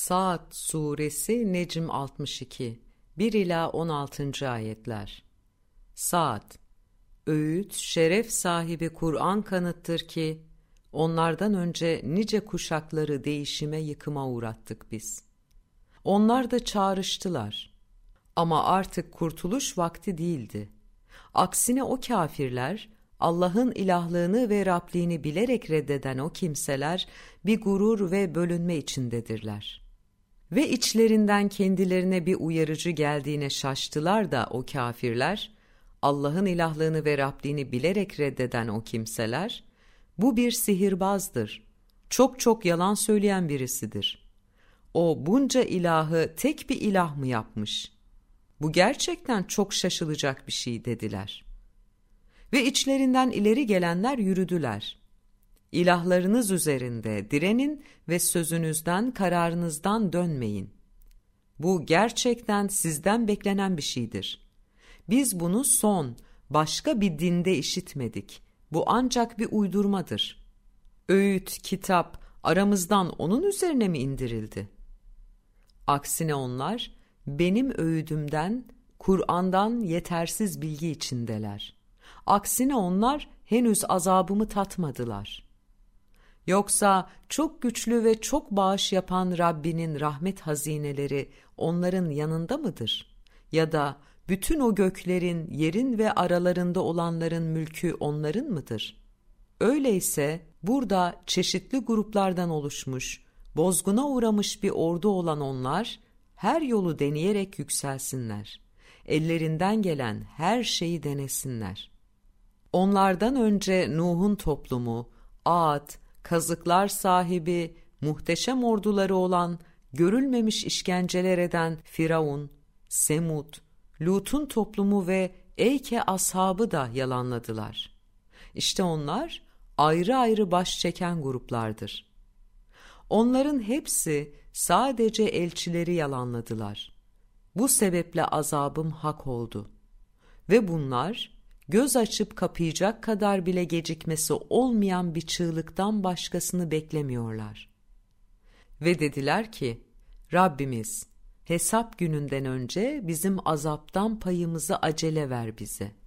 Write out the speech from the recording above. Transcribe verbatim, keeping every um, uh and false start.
Sa'd Suresi Necm altmış iki bir ila on altıncı ayetler. Sa'd, öğüt, şeref sahibi Kur'an kanıttır ki, onlardan önce nice kuşakları değişime yıkıma uğrattık biz. Onlar da çağrıştılar. Ama artık kurtuluş vakti değildi. Aksine o kâfirler, Allah'ın ilahlığını ve Rabliğini bilerek reddeden o kimseler, bir gurur ve bölünme içindedirler. Ve içlerinden kendilerine bir uyarıcı geldiğine şaştılar da o kâfirler, Allah'ın ilahlığını ve Rabliğini bilerek reddeden o kimseler, bu bir sihirbazdır, çok çok yalan söyleyen birisidir. O bunca ilahı tek bir ilah mı yapmış? Bu gerçekten çok şaşılacak bir şey dediler. Ve içlerinden ileri gelenler yürüdüler. İlahlarınız üzerinde direnin ve sözünüzden, kararınızdan dönmeyin. Bu gerçekten sizden beklenen bir şeydir. Biz bunu son, başka bir dinde işitmedik. Bu ancak bir uydurmadır. Öğüt, kitap aramızdan onun üzerine mi indirildi? Aksine onlar, benim öğüdümden, Kur'an'dan yetersiz bilgi içindeler. Aksine onlar henüz azabımı tatmadılar. Yoksa çok güçlü ve çok bağış yapan Rabbinin rahmet hazineleri onların yanında mıdır? Ya da bütün o göklerin, yerin ve aralarında olanların mülkü onların mıdır? Öyleyse burada çeşitli gruplardan oluşmuş, bozguna uğramış bir ordu olan onlar, her yolu deneyerek yükselsinler. Ellerinden gelen her şeyi denesinler. Onlardan önce Nuh'un toplumu, Ad, kazıklar sahibi, muhteşem orduları olan, görülmemiş işkenceler eden Firavun, Semud, Lut'un toplumu ve Eyke ashabı da yalanladılar. İşte onlar ayrı ayrı baş çeken gruplardır. Onların hepsi sadece elçileri yalanladılar. Bu sebeple azabım hak oldu. Ve bunlar, göz açıp kapayacak kadar bile gecikmesi olmayan bir çığlıktan başkasını beklemiyorlar. Ve dediler ki, Rabbimiz, hesap gününden önce bizim azaptan payımızı acele ver bize.